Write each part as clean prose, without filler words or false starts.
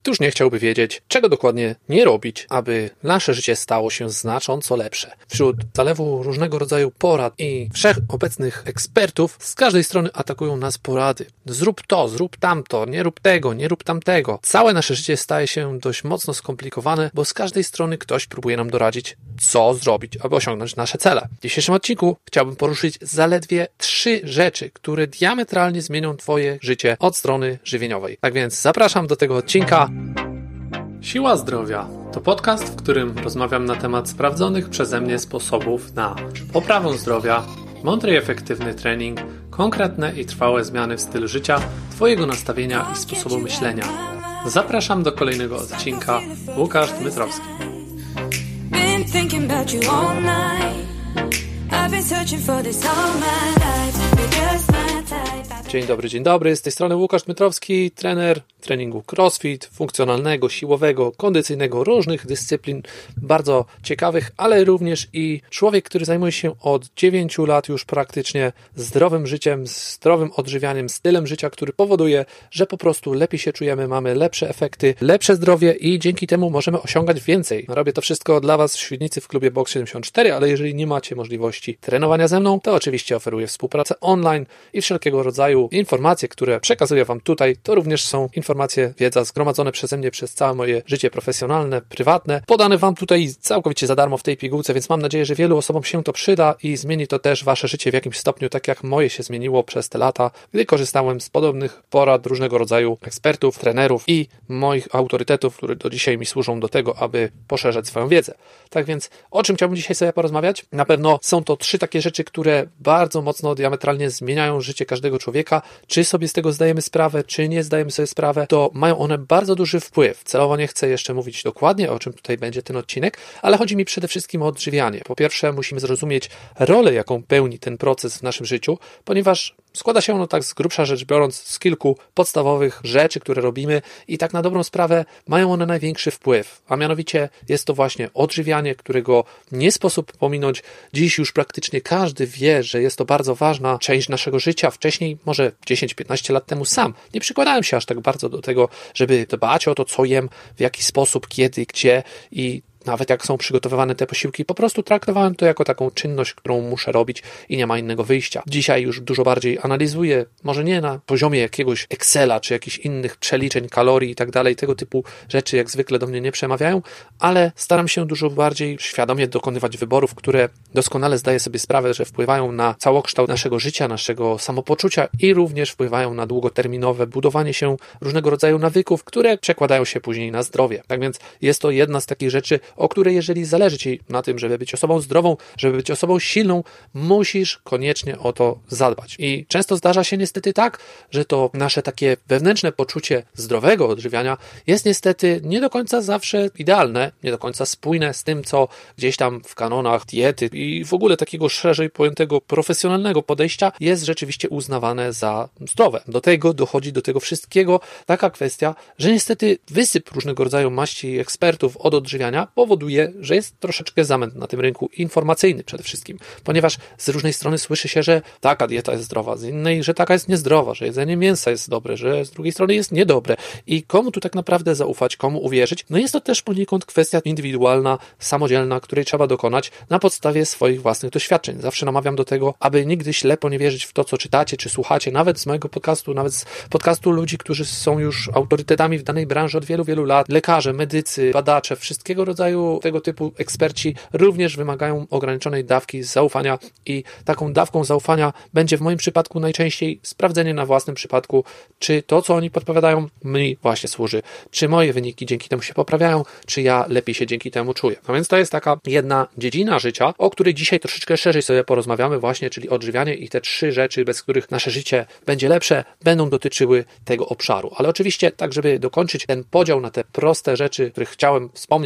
Któż nie chciałby wiedzieć, czego dokładnie nie robić, aby nasze życie stało się znacząco lepsze? Wśród zalewu różnego rodzaju porad i wszechobecnych ekspertów z każdej strony atakują nas porady. Zrób to, zrób tamto, nie rób tego, nie rób tamtego. Całe nasze życie staje się dość mocno skomplikowane, bo z każdej strony ktoś próbuje nam doradzić, co zrobić, aby osiągnąć nasze cele. W dzisiejszym odcinku chciałbym poruszyć zaledwie 3 rzeczy, które diametralnie zmienią Twoje życie od strony żywieniowej. Tak więc zapraszam do tego odcinka. Siła Zdrowia to podcast, w którym rozmawiam na temat sprawdzonych przeze mnie sposobów na poprawę zdrowia, mądry i efektywny trening, konkretne i trwałe zmiany w stylu życia, Twojego nastawienia i sposobu myślenia. Zapraszam do kolejnego odcinka. Łukasz Dmytrowski. Dzień dobry, z tej strony Łukasz Dmytrowski, trener treningu crossfit, funkcjonalnego, siłowego, kondycyjnego, różnych dyscyplin, bardzo ciekawych, ale również i człowiek, który zajmuje się od 9 lat już praktycznie zdrowym życiem, zdrowym odżywianiem, stylem życia, który powoduje, że po prostu lepiej się czujemy, mamy lepsze efekty, lepsze zdrowie i dzięki temu możemy osiągać więcej. Robię to wszystko dla Was w Świdnicy w klubie Box 74, ale jeżeli nie macie możliwości trenowania ze mną, to oczywiście oferuję współpracę online i wszelkiego rodzaju informacje, które przekazuję Wam tutaj, to również są informacje, wiedza zgromadzone przeze mnie przez całe moje życie profesjonalne, prywatne, podane Wam tutaj całkowicie za darmo w tej pigułce, więc mam nadzieję, że wielu osobom się to przyda i zmieni to też Wasze życie w jakimś stopniu, tak jak moje się zmieniło przez te lata, gdy korzystałem z podobnych porad różnego rodzaju ekspertów, trenerów i moich autorytetów, które do dzisiaj mi służą do tego, aby poszerzać swoją wiedzę. Tak więc, o czym chciałbym dzisiaj sobie porozmawiać? Na pewno są to 3 takie rzeczy, które bardzo mocno, diametralnie zmieniają życie każdego człowieka. Czy sobie z tego zdajemy sprawę, czy nie zdajemy sobie sprawę, to mają one bardzo duży wpływ. Celowo nie chcę jeszcze mówić dokładnie, o czym tutaj będzie ten odcinek, ale chodzi mi przede wszystkim o odżywianie. Po pierwsze, musimy zrozumieć rolę, jaką pełni ten proces w naszym życiu, ponieważ składa się ono tak z grubsza rzecz biorąc z kilku podstawowych rzeczy, które robimy i tak na dobrą sprawę mają one największy wpływ, a mianowicie jest to właśnie odżywianie, którego nie sposób pominąć. Dziś już praktycznie każdy wie, że jest to bardzo ważna część naszego życia. Wcześniej, może 10-15 lat temu sam nie przykładałem się aż tak bardzo do tego, żeby dbać o to, co jem, w jaki sposób, kiedy, gdzie i nawet jak są przygotowywane te posiłki, po prostu traktowałem to jako taką czynność, którą muszę robić i nie ma innego wyjścia. Dzisiaj już dużo bardziej analizuję, może nie na poziomie jakiegoś Excela, czy jakichś innych przeliczeń kalorii i tak dalej, tego typu rzeczy jak zwykle do mnie nie przemawiają, ale staram się dużo bardziej świadomie dokonywać wyborów, które doskonale zdaję sobie sprawę, że wpływają na całokształt naszego życia, naszego samopoczucia i również wpływają na długoterminowe budowanie się różnego rodzaju nawyków, które przekładają się później na zdrowie. Tak więc jest to jedna z takich rzeczy, o której jeżeli zależy Ci na tym, żeby być osobą zdrową, żeby być osobą silną, musisz koniecznie o to zadbać. I często zdarza się niestety tak, że to nasze takie wewnętrzne poczucie zdrowego odżywiania jest niestety nie do końca zawsze idealne, nie do końca spójne z tym, co gdzieś tam w kanonach diety i w ogóle takiego szerzej pojętego profesjonalnego podejścia jest rzeczywiście uznawane za zdrowe. Do tego dochodzi do tego wszystkiego taka kwestia, że niestety wysyp różnego rodzaju maści ekspertów od odżywiania powoduje, że jest troszeczkę zamęt na tym rynku informacyjny przede wszystkim, ponieważ z różnej strony słyszy się, że taka dieta jest zdrowa, z innej, że taka jest niezdrowa, że jedzenie mięsa jest dobre, że z drugiej strony jest niedobre i komu tu tak naprawdę zaufać, komu uwierzyć? No jest to też poniekąd kwestia indywidualna, samodzielna, której trzeba dokonać na podstawie swoich własnych doświadczeń. Zawsze namawiam do tego, aby nigdy ślepo nie wierzyć w to, co czytacie, czy słuchacie, nawet z mojego podcastu, nawet z podcastu ludzi, którzy są już autorytetami w danej branży od wielu, wielu lat, lekarze, medycy, badacze, wszystkiego rodzaju tego typu eksperci również wymagają ograniczonej dawki zaufania i taką dawką zaufania będzie w moim przypadku najczęściej sprawdzenie na własnym przypadku, czy to, co oni podpowiadają, mi właśnie służy, czy moje wyniki dzięki temu się poprawiają, czy ja lepiej się dzięki temu czuję. No więc to jest taka jedna dziedzina życia, o której dzisiaj troszeczkę szerzej sobie porozmawiamy właśnie, czyli odżywianie i te 3 rzeczy, bez których nasze życie będzie lepsze, będą dotyczyły tego obszaru. Ale oczywiście tak, żeby dokończyć ten podział na te proste rzeczy, których chciałem wspomnieć, to jest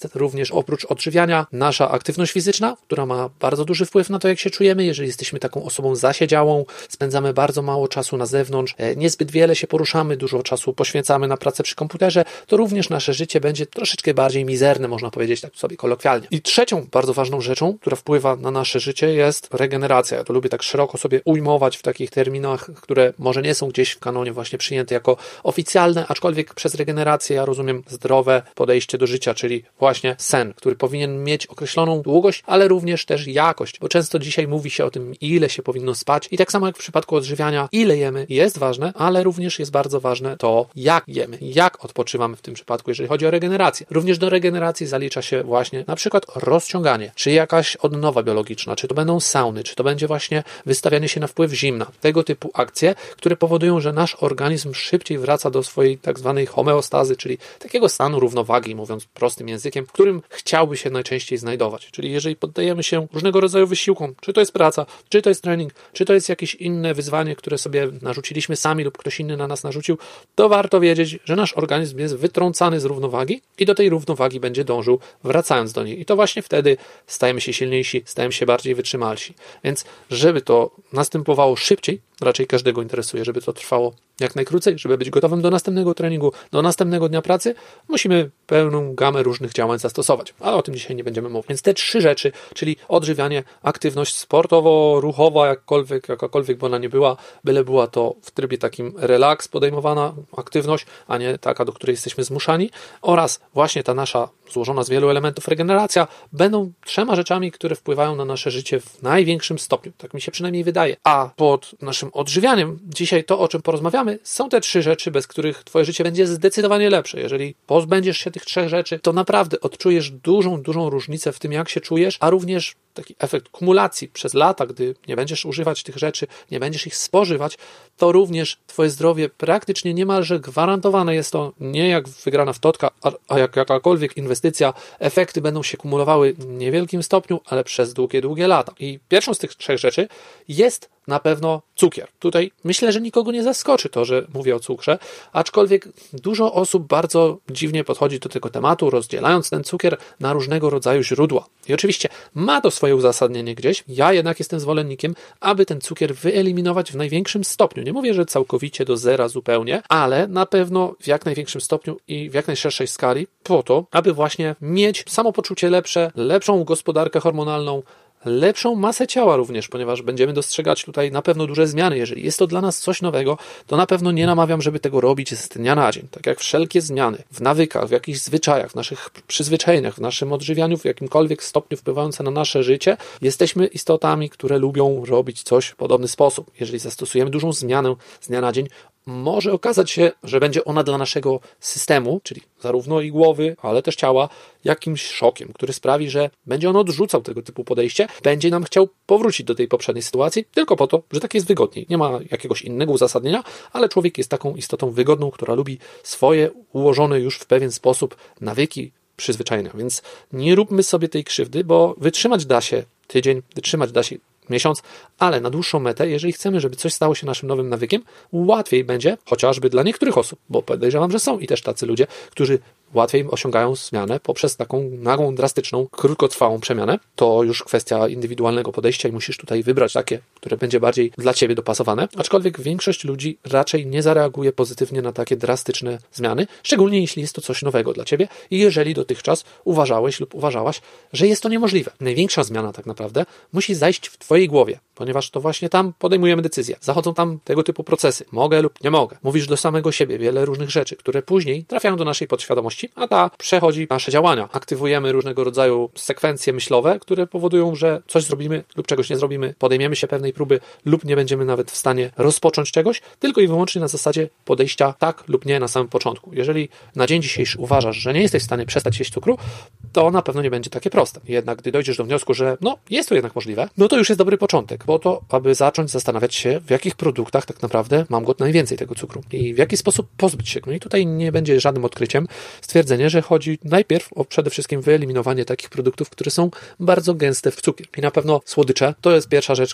również oprócz odżywiania nasza aktywność fizyczna, która ma bardzo duży wpływ na to, jak się czujemy. Jeżeli jesteśmy taką osobą zasiedziałą, spędzamy bardzo mało czasu na zewnątrz, niezbyt wiele się poruszamy, dużo czasu poświęcamy na pracę przy komputerze, to również nasze życie będzie troszeczkę bardziej mizerne, można powiedzieć tak sobie kolokwialnie. I trzecią bardzo ważną rzeczą, która wpływa na nasze życie, jest regeneracja. Ja to lubię tak szeroko sobie ujmować w takich terminach, które może nie są gdzieś w kanonie właśnie przyjęte jako oficjalne, aczkolwiek przez regenerację ja rozumiem zdrowe podejście do życia, czyli właśnie sen, który powinien mieć określoną długość, ale również też jakość, bo często dzisiaj mówi się o tym, ile się powinno spać i tak samo jak w przypadku odżywiania, ile jemy jest ważne, ale również jest bardzo ważne to, jak jemy, jak odpoczywamy w tym przypadku, jeżeli chodzi o regenerację. Również do regeneracji zalicza się właśnie na przykład rozciąganie, czy jakaś odnowa biologiczna, czy to będą sauny, czy to będzie właśnie wystawianie się na wpływ zimna. Tego typu akcje, które powodują, że nasz organizm szybciej wraca do swojej tak zwanej homeostazy, czyli takiego stanu równowagi, mówiąc prostym językiem, w którym chciałby się najczęściej znajdować. Czyli jeżeli poddajemy się różnego rodzaju wysiłkom, czy to jest praca, czy to jest trening, czy to jest jakieś inne wyzwanie, które sobie narzuciliśmy sami lub ktoś inny na nas narzucił, to warto wiedzieć, że nasz organizm jest wytrącany z równowagi i do tej równowagi będzie dążył, wracając do niej. I to właśnie wtedy stajemy się silniejsi, stajemy się bardziej wytrzymalsi. Więc żeby to następowało szybciej, raczej każdego interesuje, żeby to trwało jak najkrócej, żeby być gotowym do następnego treningu, do następnego dnia pracy, musimy pełną gamę różnych działań zastosować. Ale o tym dzisiaj nie będziemy mówić. Więc te 3 rzeczy, czyli odżywianie, aktywność sportowo-ruchowa, jakakolwiek by ona nie była, byle była to w trybie takim relaks podejmowana aktywność, a nie taka, do której jesteśmy zmuszani, oraz właśnie ta nasza złożona z wielu elementów regeneracja, będą 3 rzeczami, które wpływają na nasze życie w największym stopniu. Tak mi się przynajmniej wydaje. A pod naszym odżywianiem dzisiaj to, o czym porozmawiamy, są te 3 rzeczy, bez których twoje życie będzie zdecydowanie lepsze. Jeżeli pozbędziesz się tych 3 rzeczy, to naprawdę odczujesz dużą różnicę w tym, jak się czujesz, a również taki efekt kumulacji przez lata, gdy nie będziesz używać tych rzeczy, nie będziesz ich spożywać, to również twoje zdrowie praktycznie niemalże gwarantowane jest to nie jak wygrana w totka, a jak jakakolwiek inwestycja. Efekty będą się kumulowały w niewielkim stopniu, ale przez długie lata. I pierwszą z tych 3 rzeczy jest na pewno cukier. Tutaj myślę, że nikogo nie zaskoczy to, że mówię o cukrze, aczkolwiek dużo osób bardzo dziwnie podchodzi do tego tematu, rozdzielając ten cukier na różnego rodzaju źródła. I oczywiście ma to swoje uzasadnienie gdzieś. Ja jednak jestem zwolennikiem, aby ten cukier wyeliminować w największym stopniu. Nie mówię, że całkowicie do zera zupełnie, ale na pewno w jak największym stopniu i w jak najszerszej skali po to, aby właśnie mieć samopoczucie lepsze, lepszą gospodarkę hormonalną, lepszą masę ciała również, ponieważ będziemy dostrzegać tutaj na pewno duże zmiany. Jeżeli jest to dla nas coś nowego, to na pewno nie namawiam, żeby tego robić z dnia na dzień. Tak jak wszelkie zmiany w nawykach, w jakichś zwyczajach, w naszych przyzwyczajeniach, w naszym odżywianiu, w jakimkolwiek stopniu wpływające na nasze życie, jesteśmy istotami, które lubią robić coś w podobny sposób. Jeżeli zastosujemy dużą zmianę z dnia na dzień, może okazać się, że będzie ona dla naszego systemu, czyli zarówno i głowy, ale też ciała, jakimś szokiem, który sprawi, że będzie on odrzucał tego typu podejście, będzie nam chciał powrócić do tej poprzedniej sytuacji, tylko po to, że tak jest wygodniej. Nie ma jakiegoś innego uzasadnienia, ale człowiek jest taką istotą wygodną, która lubi swoje ułożone już w pewien sposób nawyki, przyzwyczajenia. Więc nie róbmy sobie tej krzywdy, bo wytrzymać da się tydzień, wytrzymać da się miesiąc, ale na dłuższą metę, jeżeli chcemy, żeby coś stało się naszym nowym nawykiem, łatwiej będzie, chociażby dla niektórych osób, bo podejrzewam, że są i też tacy ludzie, którzy łatwiej osiągają zmianę poprzez taką nagłą, drastyczną, krótkotrwałą przemianę. To już kwestia indywidualnego podejścia i musisz tutaj wybrać takie, które będzie bardziej dla ciebie dopasowane. Aczkolwiek większość ludzi raczej nie zareaguje pozytywnie na takie drastyczne zmiany, szczególnie jeśli jest to coś nowego dla ciebie i jeżeli dotychczas uważałeś lub uważałaś, że jest to niemożliwe. Największa zmiana tak naprawdę musi zajść w twojej głowie, ponieważ to właśnie tam podejmujemy decyzje. Zachodzą tam tego typu procesy. Mogę lub nie mogę. Mówisz do samego siebie wiele różnych rzeczy, które później trafiają do naszej podświadomości, a ta przechodzi nasze działania. Aktywujemy różnego rodzaju sekwencje myślowe, które powodują, że coś zrobimy lub czegoś nie zrobimy, podejmiemy się pewnej próby lub nie będziemy nawet w stanie rozpocząć czegoś, tylko i wyłącznie na zasadzie podejścia tak lub nie na samym początku. Jeżeli na dzień dzisiejszy uważasz, że nie jesteś w stanie przestać jeść cukru, to na pewno nie będzie takie proste. Jednak gdy dojdziesz do wniosku, że jest to jednak możliwe, no to już jest dobry początek, po to, aby zacząć zastanawiać się, w jakich produktach tak naprawdę mam go najwięcej tego cukru i w jaki sposób pozbyć się go. I tutaj nie będzie żadnym odkryciem stwierdzenie, że chodzi najpierw o przede wszystkim wyeliminowanie takich produktów, które są bardzo gęste w cukier. I na pewno słodycze to jest pierwsza rzecz, którą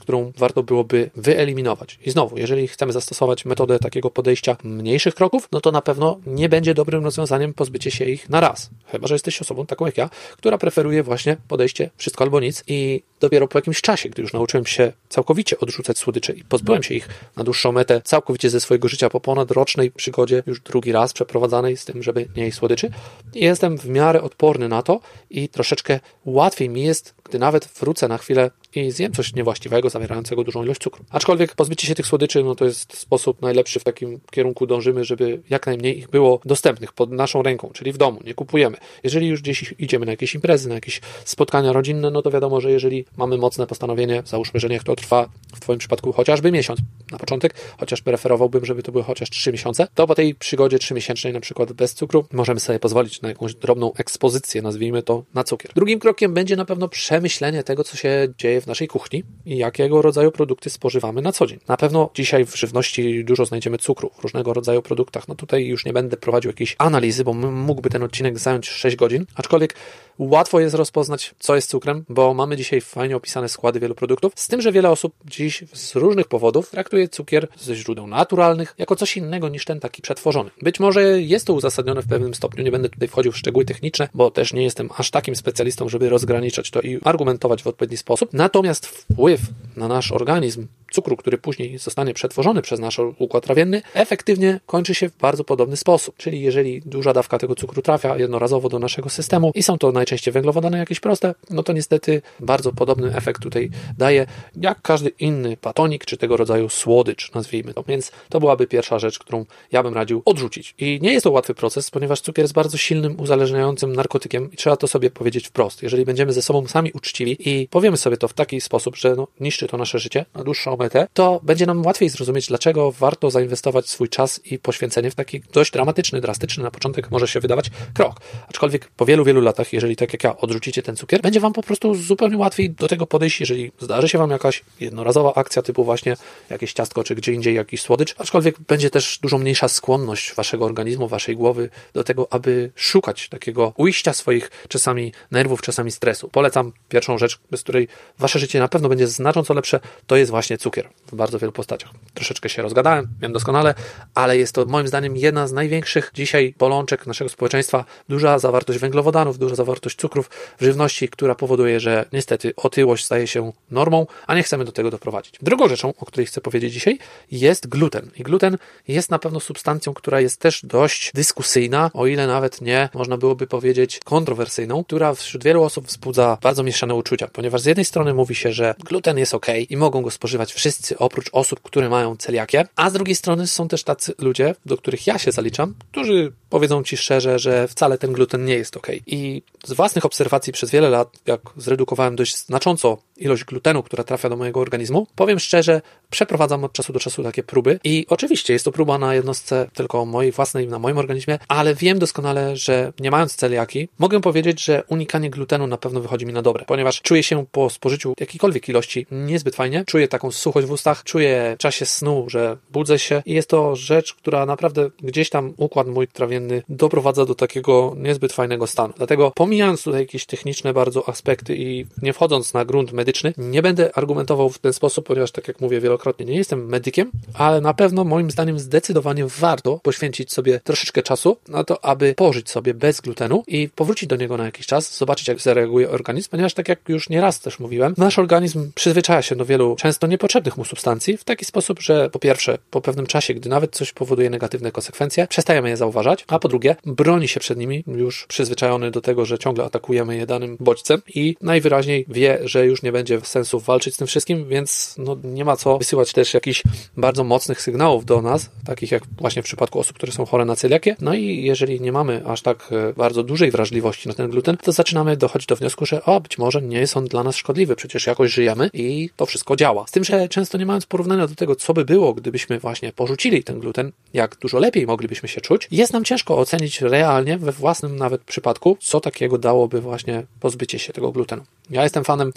warto byłoby wyeliminować. I znowu, jeżeli chcemy zastosować metodę takiego podejścia mniejszych kroków, no to na pewno nie będzie dobrym rozwiązaniem pozbycie się ich na raz. Chyba że jesteś osobą taką jak ja, która preferuje właśnie podejście wszystko albo nic i dopiero po jakimś czasie, gdy już nauczyłem się całkowicie odrzucać słodycze i pozbyłem się ich na dłuższą metę całkowicie ze swojego życia po ponadrocznej przygodzie, już drugi raz przeprowadzanej z tym, żeby nie jeść słodyczy, jestem w miarę odporny na to i troszeczkę łatwiej mi jest, gdy nawet wrócę na chwilę i zjem coś niewłaściwego, zawierającego dużą ilość cukru. Aczkolwiek pozbycie się tych słodyczy, no to jest sposób najlepszy, w takim kierunku dążymy, żeby jak najmniej ich było dostępnych pod naszą ręką, czyli w domu, nie kupujemy. Jeżeli już gdzieś idziemy na jakieś imprezy, na jakieś spotkania rodzinne, no to wiadomo, że jeżeli mamy mocne postanowienie, załóżmy, że niech to trwa w Twoim przypadku chociażby miesiąc na początek, chociaż preferowałbym, żeby to były chociaż 3 miesiące, to po tej przygodzie 3-miesięcznej na przykład bez cukru możemy sobie pozwolić na jakąś drobną ekspozycję, nazwijmy to, na cukier. Drugim krokiem będzie na pewno przemyślenie tego, co się dzieje w naszej kuchni i jakiego rodzaju produkty spożywamy na co dzień. Na pewno dzisiaj w żywności dużo znajdziemy cukru w różnego rodzaju produktach. No tutaj już nie będę prowadził jakiejś analizy, bo mógłby ten odcinek zająć 6 godzin, aczkolwiek łatwo jest rozpoznać, co jest cukrem, bo mamy dzisiaj fajnie opisane składy wielu produktów, z tym, że wiele osób dziś z różnych powodów traktuje cukier ze źródeł naturalnych jako coś innego niż ten taki przetworzony. Być może jest to uzasadnione w pewnym stopniu, nie będę tutaj wchodził w szczegóły techniczne, bo też nie jestem aż takim specjalistą, żeby rozgraniczać to i argumentować w odpowiedni sposób. Natomiast wpływ na nasz organizm cukru, który później zostanie przetworzony przez nasz układ trawienny, efektywnie kończy się w bardzo podobny sposób. Czyli jeżeli duża dawka tego cukru trafia jednorazowo do naszego systemu i są to najczęściej węglowodany jakieś proste, no to niestety bardzo podobny efekt tutaj daje jak każdy inny batonik, czy tego rodzaju słodycz, nazwijmy to. Więc to byłaby pierwsza rzecz, którą ja bym radził odrzucić. I nie jest to łatwy proces, ponieważ cukier jest bardzo silnym, uzależniającym narkotykiem i trzeba to sobie powiedzieć wprost. Jeżeli będziemy ze sobą sami uczciwi i powiemy sobie to w taki sposób, że niszczy to nasze życie na dłuższą metę, to będzie nam łatwiej zrozumieć, dlaczego warto zainwestować swój czas i poświęcenie w taki dość dramatyczny, drastyczny na początek może się wydawać krok. Aczkolwiek po wielu, wielu latach, jeżeli tak jak ja odrzucicie ten cukier, będzie Wam po prostu zupełnie łatwiej do tego podejść, jeżeli zdarzy się Wam jakaś jednorazowa akcja typu właśnie jakieś ciastko, czy gdzie indziej jakiś słodycz, aczkolwiek będzie też dużo mniejsza skłonność Waszego organizmu, Waszej głowy do tego, aby szukać takiego ujścia swoich czasami nerwów, czasami stresu. Polecam pierwszą rzecz, bez której Wasze życie na pewno będzie znacząco lepsze, to jest właśnie cukier w bardzo wielu postaciach. Troszeczkę się rozgadałem, wiem doskonale, ale jest to moim zdaniem jedna z największych dzisiaj bolączek naszego społeczeństwa. Duża zawartość węglowodanów, duża zawartość cukrów w żywności, która powoduje, że niestety otyłość staje się normą, a nie chcemy do tego doprowadzić. Drugą rzeczą, o której chcę powiedzieć dzisiaj, jest gluten. I gluten jest na pewno substancją, która jest też dość dyskusyjna, o ile nawet nie można byłoby powiedzieć kontrowersyjną, która wśród wielu osób wzbudza bardzo mieszane uczucia, ponieważ z jednej strony mówi się, że gluten jest ok i mogą go spożywać wszyscy oprócz osób, które mają celiakię, a z drugiej strony są też tacy ludzie, do których ja się zaliczam, którzy powiedzą Ci szczerze, że wcale ten gluten nie jest ok. I z własnych obserwacji przez wiele lat, jak zredukowałem dość znacząco ilość glutenu, która trafia do mojego organizmu, powiem szczerze, przeprowadzam od czasu do czasu takie próby i oczywiście jest to próba na jednostce tylko mojej własnej, na moim organizmie, ale wiem doskonale, że nie mając celiaki, mogę powiedzieć, że unikanie glutenu na pewno wychodzi mi na dobre, ponieważ czuję się po spożyciu jakiejkolwiek ilości niezbyt fajnie, czuję taką suchość w ustach, czuję w czasie snu, że budzę się i jest to rzecz, która naprawdę gdzieś tam układ mój trawienny doprowadza do takiego niezbyt fajnego stanu. Dlatego pomijając tutaj jakieś techniczne bardzo aspekty i nie wchodząc na grunt medyczny, nie będę argumentował w ten sposób, ponieważ tak jak mówię wielokrotnie, nie jestem medykiem, ale na pewno moim zdaniem zdecydowanie warto poświęcić sobie troszeczkę czasu na to, aby pożyć sobie bez glutenu i powrócić do niego na jakiś czas, zobaczyć jak zareaguje organizm, ponieważ tak jak już nieraz też mówiłem, nasz organizm przyzwyczaja się do wielu często niepotrzebnych mu substancji w taki sposób, że po pierwsze, po pewnym czasie, gdy nawet coś powoduje negatywne konsekwencje, przestajemy je zauważać, a po drugie, broni się przed nimi, już przyzwyczajony do tego, że ciągle atakujemy je danym bodźcem i najwyraźniej wie, że już nie będzie sensu walczyć z tym wszystkim, więc nie ma co wysyłać też jakichś bardzo mocnych sygnałów do nas, takich jak właśnie w przypadku osób, które są chore na celiakię. No i jeżeli nie mamy aż tak bardzo dużej wrażliwości na ten gluten, to zaczynamy dochodzić do wniosku, że być może nie jest on dla nas szkodliwy, przecież jakoś żyjemy i to wszystko działa. Z tym, że często nie mając porównania do tego, co by było, gdybyśmy właśnie porzucili ten gluten, jak dużo lepiej moglibyśmy się czuć, jest nam ciężko ocenić realnie we własnym nawet przypadku, co takiego dałoby właśnie pozbycie się tego glutenu. Ja jestem fanem diety bezglutenowej,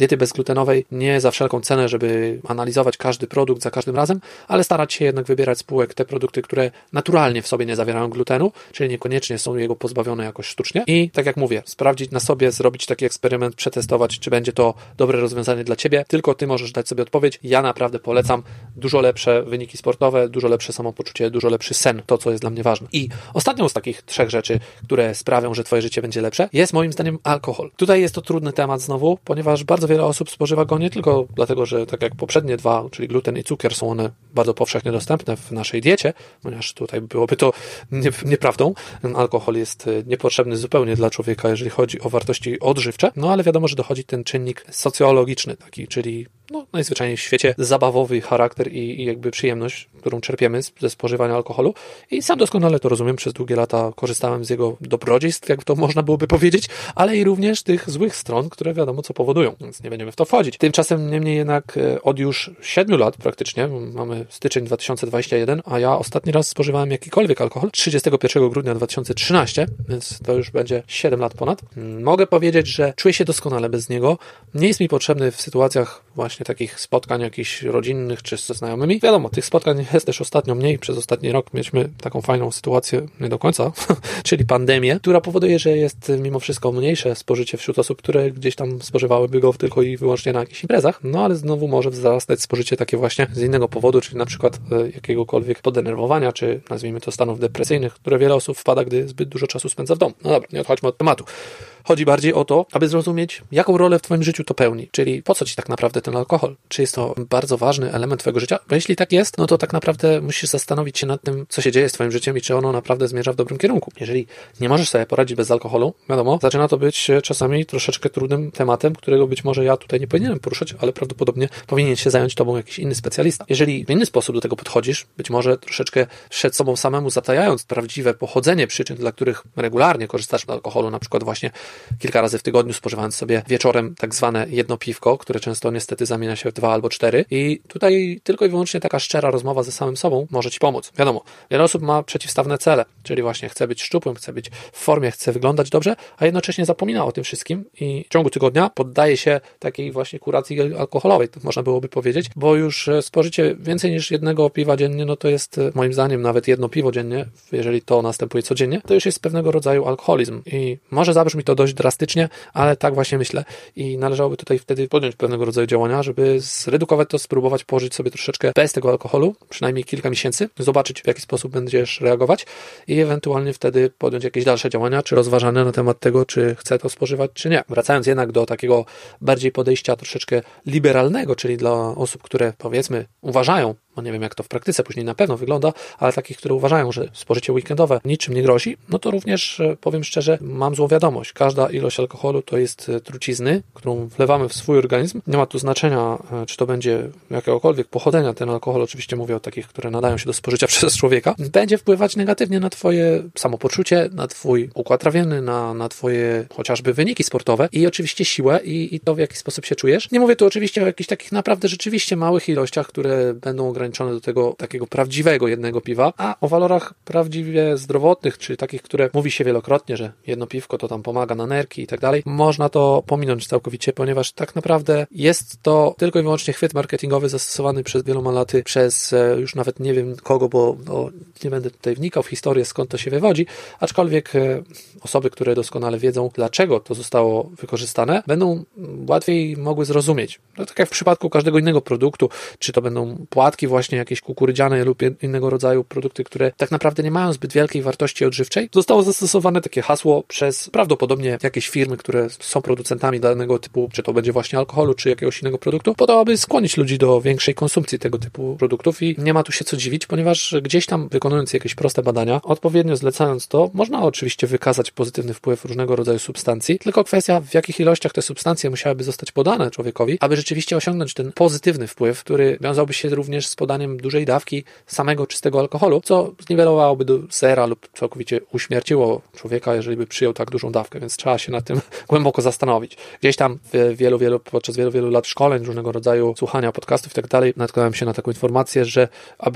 bezglutenowej, nie za wszelką cenę, żeby analizować każdy produkt za każdym razem, ale starać się jednak wybierać spółek te produkty, które naturalnie w sobie nie zawierają glutenu, czyli niekoniecznie są jego pozbawione jakoś sztucznie i tak jak mówię, sprawdzić na sobie, zrobić taki eksperyment, przetestować, czy będzie to dobre rozwiązanie dla Ciebie. Tylko Ty możesz dać sobie odpowiedź. Ja naprawdę polecam dużo lepsze wyniki sportowe, dużo lepsze samopoczucie, dużo lepszy sen, to co jest dla mnie ważne. I ostatnią z takich 3 rzeczy, które sprawią, że Twoje życie będzie lepsze, jest moim zdaniem alkohol. Tutaj jest to trudny temat znowu, ponieważ bardzo wiele osób spożywa go nie tylko dlatego, że tak jak poprzednie 2, czyli gluten i cukier, są one bardzo powszechnie dostępne w naszej diecie, ponieważ tutaj byłoby to nieprawdą. Alkohol jest niepotrzebny zupełnie dla człowieka, jeżeli chodzi o wartości odżywcze, no ale wiadomo, że dochodzi ten czynnik socjologiczny taki, czyli najzwyczajniej w świecie zabawowy charakter i jakby przyjemność, którą czerpiemy ze spożywania alkoholu i sam doskonale to rozumiem, przez długie lata korzystałem z jego dobrodziejstw, jak to można byłoby powiedzieć, ale i również tych złych stron, które wiadomo co powodują, więc nie będziemy w to wchodzić. Tymczasem niemniej jednak od już 7 lat praktycznie, mamy styczeń 2021, a ja ostatni raz spożywałem jakikolwiek alkohol 31 grudnia 2013, więc to już będzie 7 lat ponad. Mogę powiedzieć, że czuję się doskonale bez niego. Nie jest mi potrzebny w sytuacjach właśnie takich spotkań jakichś rodzinnych czy ze znajomymi. Wiadomo, tych spotkań jest też ostatnio mniej. Przez ostatni rok mieliśmy taką fajną sytuację, nie do końca, czyli pandemię, która powoduje, że jest mimo wszystko mniejsze spożycie wśród osób, które gdzieś tam spożywałyby go tylko i wyłącznie na jakichś imprezach, no ale znowu może wzrastać spożycie takie właśnie z innego powodu, czyli na przykład jakiegokolwiek podenerwowania, czy nazwijmy to stanów depresyjnych, które wiele osób wpada, gdy zbyt dużo czasu spędza w domu. No dobra, nie odchodźmy od tematu. Chodzi bardziej o to, aby zrozumieć, jaką rolę w Twoim życiu to pełni, czyli po co Ci tak naprawdę ten alkohol? Czy jest to bardzo ważny element Twojego życia? Bo jeśli tak jest, no to tak naprawdę musisz zastanowić się nad tym, co się dzieje z Twoim życiem i czy ono naprawdę zmierza w dobrym kierunku. Jeżeli nie możesz sobie poradzić bez alkoholu, wiadomo, zaczyna to być czasami troszeczkę trudnym tematem, którego być może ja tutaj nie powinienem poruszać, ale prawdopodobnie powinien się zająć Tobą jakiś inny specjalista. Jeżeli w inny sposób do tego podchodzisz, być może troszeczkę przed sobą samemu zatajając prawdziwe pochodzenie przyczyn, dla których regularnie korzystasz z alkoholu, na przykład właśnie kilka razy w tygodniu spożywając sobie wieczorem tak zwane jedno piwko, które często niestety zamienia się w 2 albo 4 i tutaj tylko i wyłącznie taka szczera rozmowa ze samym sobą może Ci pomóc. Wiadomo, wiele osób ma przeciwstawne cele, czyli właśnie chce być szczupłym, chce być w formie, chce wyglądać dobrze, a jednocześnie zapomina o tym wszystkim i w ciągu tygodnia poddaje się takiej właśnie kuracji alkoholowej, to można byłoby powiedzieć, bo już spożycie więcej niż jednego piwa dziennie, no to jest moim zdaniem nawet jedno piwo dziennie, jeżeli to następuje codziennie, to już jest pewnego rodzaju alkoholizm i może zabrzmi to dość drastycznie, ale tak właśnie myślę i należałoby tutaj wtedy podjąć pewnego rodzaju działania, żeby zredukować to, spróbować pożyć sobie troszeczkę bez tego alkoholu, przynajmniej kilka miesięcy, zobaczyć w jaki sposób będziesz reagować i ewentualnie wtedy podjąć jakieś dalsze działania, czy rozważania na temat tego, czy chcę to spożywać, czy nie. Wracając jednak do takiego bardziej podejścia troszeczkę liberalnego, czyli dla osób, które powiedzmy uważają, no nie wiem jak to w praktyce później na pewno wygląda, ale takich, które uważają, że spożycie weekendowe niczym nie grozi, no to również powiem szczerze, mam złą wiadomość. Każda ilość alkoholu to jest trucizny, którą wlewamy w swój organizm. Nie ma tu znaczenia, czy to będzie jakiegokolwiek pochodzenia ten alkohol, oczywiście mówię o takich, które nadają się do spożycia przez człowieka, będzie wpływać negatywnie na Twoje samopoczucie, na Twój układ trawienny, na Twoje chociażby wyniki sportowe i oczywiście siłę i to, w jaki sposób się czujesz. Nie mówię tu oczywiście o jakichś takich naprawdę rzeczywiście małych ilościach, które będą ograniczone do tego takiego prawdziwego jednego piwa, a o walorach prawdziwie zdrowotnych, czy takich, które mówi się wielokrotnie, że jedno piwko to tam pomaga na nerki i tak dalej, można to pominąć całkowicie, ponieważ tak naprawdę jest to tylko i wyłącznie chwyt marketingowy zastosowany przez wieloma laty przez już nawet nie wiem kogo, bo nie będę tutaj wnikał w historię, skąd to się wywodzi, aczkolwiek osoby, które doskonale wiedzą, dlaczego to zostało wykorzystane, będą łatwiej mogły zrozumieć. No, tak jak w przypadku każdego innego produktu, czy to będą płatki właśnie jakieś kukurydziane lub innego rodzaju produkty, które tak naprawdę nie mają zbyt wielkiej wartości odżywczej, zostało zastosowane takie hasło przez prawdopodobnie jakieś firmy, które są producentami danego typu, czy to będzie właśnie alkoholu, czy jakiegoś innego produktu, po to, aby skłonić ludzi do większej konsumpcji tego typu produktów i nie ma tu się co dziwić, ponieważ gdzieś tam wykonując jakieś proste badania, odpowiednio zlecając to, można oczywiście wykazać pozytywny wpływ różnego rodzaju substancji, tylko kwestia, w jakich ilościach te substancje musiałyby zostać podane człowiekowi, aby rzeczywiście osiągnąć ten pozytywny wpływ, który wiązałby się również z podaniem dużej dawki samego czystego alkoholu, co zniwelowałoby do zera lub całkowicie uśmierciło człowieka, jeżeli by przyjął tak dużą dawkę, więc trzeba się nad tym głęboko zastanowić. Gdzieś tam podczas wielu lat szkoleń, różnego rodzaju słuchania podcastów i tak dalej, natknąłem się na taką informację, że aby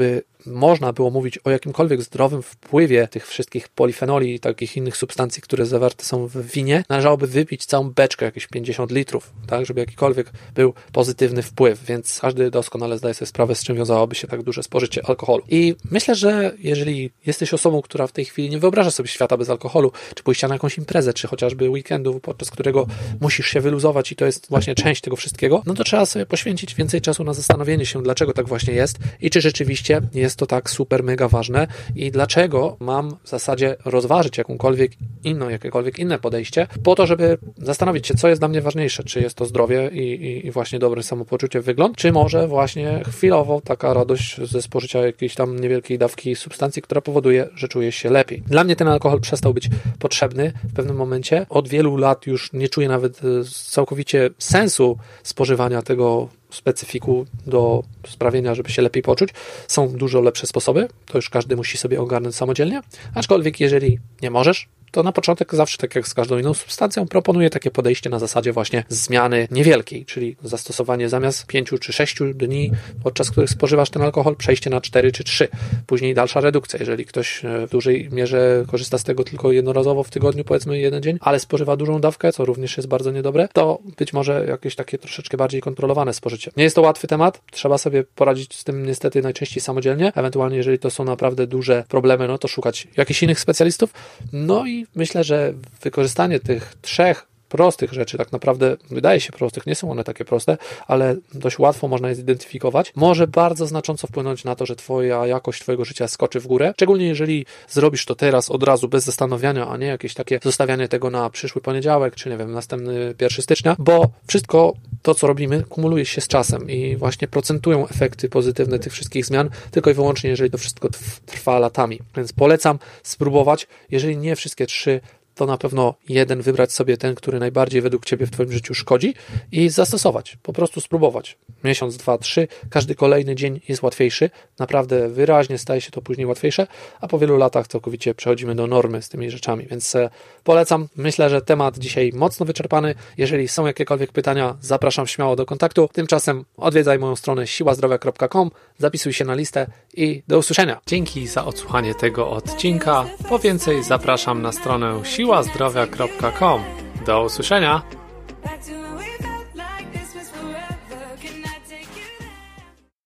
można było mówić o jakimkolwiek zdrowym wpływie tych wszystkich polifenoli i takich innych substancji, które zawarte są w winie, należałoby wypić całą beczkę, jakieś 50 litrów, tak, żeby jakikolwiek był pozytywny wpływ, więc każdy doskonale zdaje sobie sprawę, z czym wiązałoby się tak duże spożycie alkoholu. I myślę, że jeżeli jesteś osobą, która w tej chwili nie wyobraża sobie świata bez alkoholu, czy pójścia na jakąś imprezę, czy chociażby weekendu, podczas którego musisz się wyluzować i to jest właśnie część tego wszystkiego, no to trzeba sobie poświęcić więcej czasu na zastanowienie się, dlaczego tak właśnie jest i czy rzeczywiście jest to tak super mega ważne i dlaczego mam w zasadzie rozważyć jakiekolwiek inne podejście po to, żeby zastanowić się, co jest dla mnie ważniejsze, czy jest to zdrowie i właśnie dobre samopoczucie, wygląd, czy może właśnie chwilowo taka radość ze spożycia jakiejś tam niewielkiej dawki substancji, która powoduje, że czuję się lepiej. Dla mnie ten alkohol przestał być potrzebny w pewnym momencie. Od wielu lat już nie czuję nawet całkowicie sensu spożywania tego specyfiku do sprawienia, żeby się lepiej poczuć. Są dużo lepsze sposoby, to już każdy musi sobie ogarnąć samodzielnie, aczkolwiek jeżeli nie możesz, to na początek zawsze, tak jak z każdą inną substancją, proponuję takie podejście na zasadzie właśnie zmiany niewielkiej, czyli zastosowanie zamiast 5 czy 6 dni, podczas których spożywasz ten alkohol, przejście na 4 czy 3. Później dalsza redukcja. Jeżeli ktoś w dużej mierze korzysta z tego tylko jednorazowo w tygodniu, powiedzmy jeden dzień, ale spożywa dużą dawkę, co również jest bardzo niedobre, to być może jakieś takie troszeczkę bardziej kontrolowane spożycie. Nie jest to łatwy temat, trzeba sobie poradzić z tym niestety najczęściej samodzielnie, ewentualnie jeżeli to są naprawdę duże problemy, no to szukać jakichś innych specjalistów. No i myślę, że wykorzystanie tych 3 prostych rzeczy, tak naprawdę wydaje się prostych, nie są one takie proste, ale dość łatwo można je zidentyfikować, może bardzo znacząco wpłynąć na to, że jakość twojego życia skoczy w górę, szczególnie jeżeli zrobisz to teraz od razu, bez zastanowienia, a nie jakieś takie zostawianie tego na przyszły poniedziałek, czy nie wiem, następny 1 stycznia, bo wszystko to, co robimy, kumuluje się z czasem i właśnie procentują efekty pozytywne tych wszystkich zmian, tylko i wyłącznie, jeżeli to wszystko trwa latami. Więc polecam spróbować, jeżeli nie wszystkie 3, to na pewno jeden, wybrać sobie ten, który najbardziej według Ciebie w Twoim życiu szkodzi i zastosować, po prostu spróbować. Miesiąc, 2, 3, każdy kolejny dzień jest łatwiejszy, naprawdę wyraźnie staje się to później łatwiejsze, a po wielu latach całkowicie przechodzimy do normy z tymi rzeczami, więc polecam. Myślę, że temat dzisiaj mocno wyczerpany. Jeżeli są jakiekolwiek pytania, zapraszam śmiało do kontaktu. Tymczasem odwiedzaj moją stronę siłazdrowia.com, zapisuj się na listę i do usłyszenia. Dzięki za odsłuchanie tego odcinka. Po więcej zapraszam na stronę siłazdrowia.com. Do usłyszenia!